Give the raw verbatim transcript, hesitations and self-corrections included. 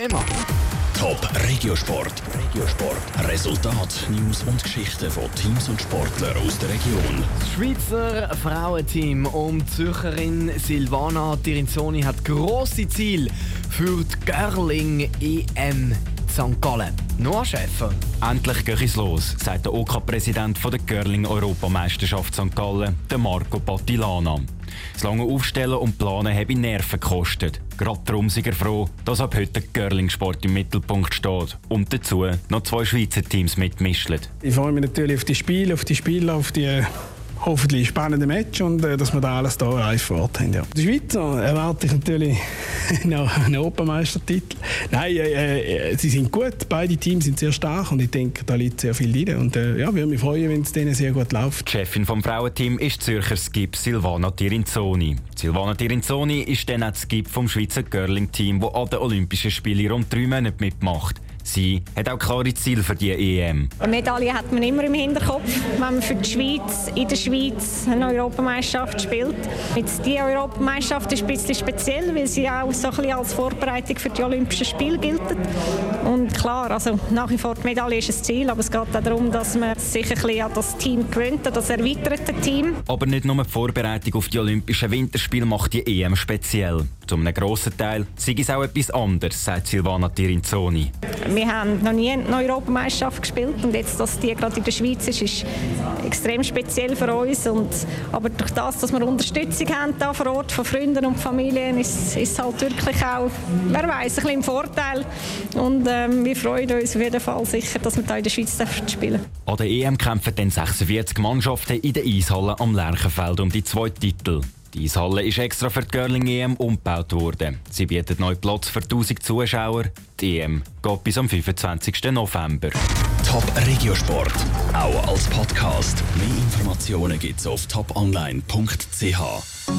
Immer. Top Regiosport. Regiosport. Resultat, News und Geschichten von Teams und Sportlern aus der Region. Das Schweizer Frauenteam um die Zürcherin Silvana Tirinzoni hat grosse Ziele für die Girling-E M Sankt Gallen. Noah Schäfer. Endlich geht es los, sagt der O K-Präsident der Girling-Europameisterschaft Sankt Gallen, der Marco Pattilana. Das lange Aufstellen und Planen habe Nerven gekostet. Gerade darum sind wir froh, dass ab heute der Girling-Sport im Mittelpunkt steht und dazu noch zwei Schweizer Teams mitmischen. Ich freue mich natürlich auf die Spiele, auf die Spiele, auf die äh, hoffentlich spannenden Match und äh, dass wir da alles hier live vor Ort haben. Ja. Die Schweizer erwarte ich natürlich noch einen Europameistertitel. Nein, äh, äh, sie sind gut, beide Teams sind sehr stark und ich denke, da liegt sehr viel drin. Und äh, ja, würde mich freuen, wenn es denen sehr gut läuft. Die Chefin des Frauenteams ist Zürcher Skip Silvana Tirinzoni. Silvana Tirinzoni ist dann auch das Skip vom Schweizer Girling-Team, das an den Olympischen Spielen rund drei Monate mitmacht. Sie hat auch klare Ziele für die E M. Eine Medaille hat man immer im Hinterkopf, wenn man für die Schweiz, in der Schweiz eine Europameisterschaft spielt. Jetzt die Europameisterschaft ist ein bisschen speziell, weil sie auch so ein bisschen als Vorbereitung für die Olympischen Spiele gilt. Und klar, also nach wie vor die Medaille ist ein Ziel, aber es geht auch darum, dass man sich ein bisschen an das Team gewöhnt, an das erweiterte Team. Aber nicht nur die Vorbereitung auf die Olympischen Winterspiele macht die E M speziell. Zu einem grossen Teil sei es auch etwas anderes, sagt Silvana Tirinzoni. Wir haben noch nie eine Europameisterschaft gespielt und jetzt, dass die gerade in der Schweiz ist, ist extrem speziell für uns. Und, aber durch das, dass wir Unterstützung haben da vor Ort von Freunden und Familien, ist es halt wirklich auch, wer weiß, ein bisschen im Vorteil. Und ähm, wir freuen uns auf jeden Fall sicher, dass wir da in der Schweiz spielen dürfen. An der E M kämpfen dann sechsundvierzig Mannschaften in der Eishalle am Lerchenfeld um die zwei Titel. Die Eishalle ist extra für die Girling-E M umgebaut worden. Sie bietet neuen Platz für tausend Zuschauer. Die E M geht bis am fünfundzwanzigsten November. Top Regiosport, auch als Podcast. Mehr Informationen gibt's auf top online punkt c h.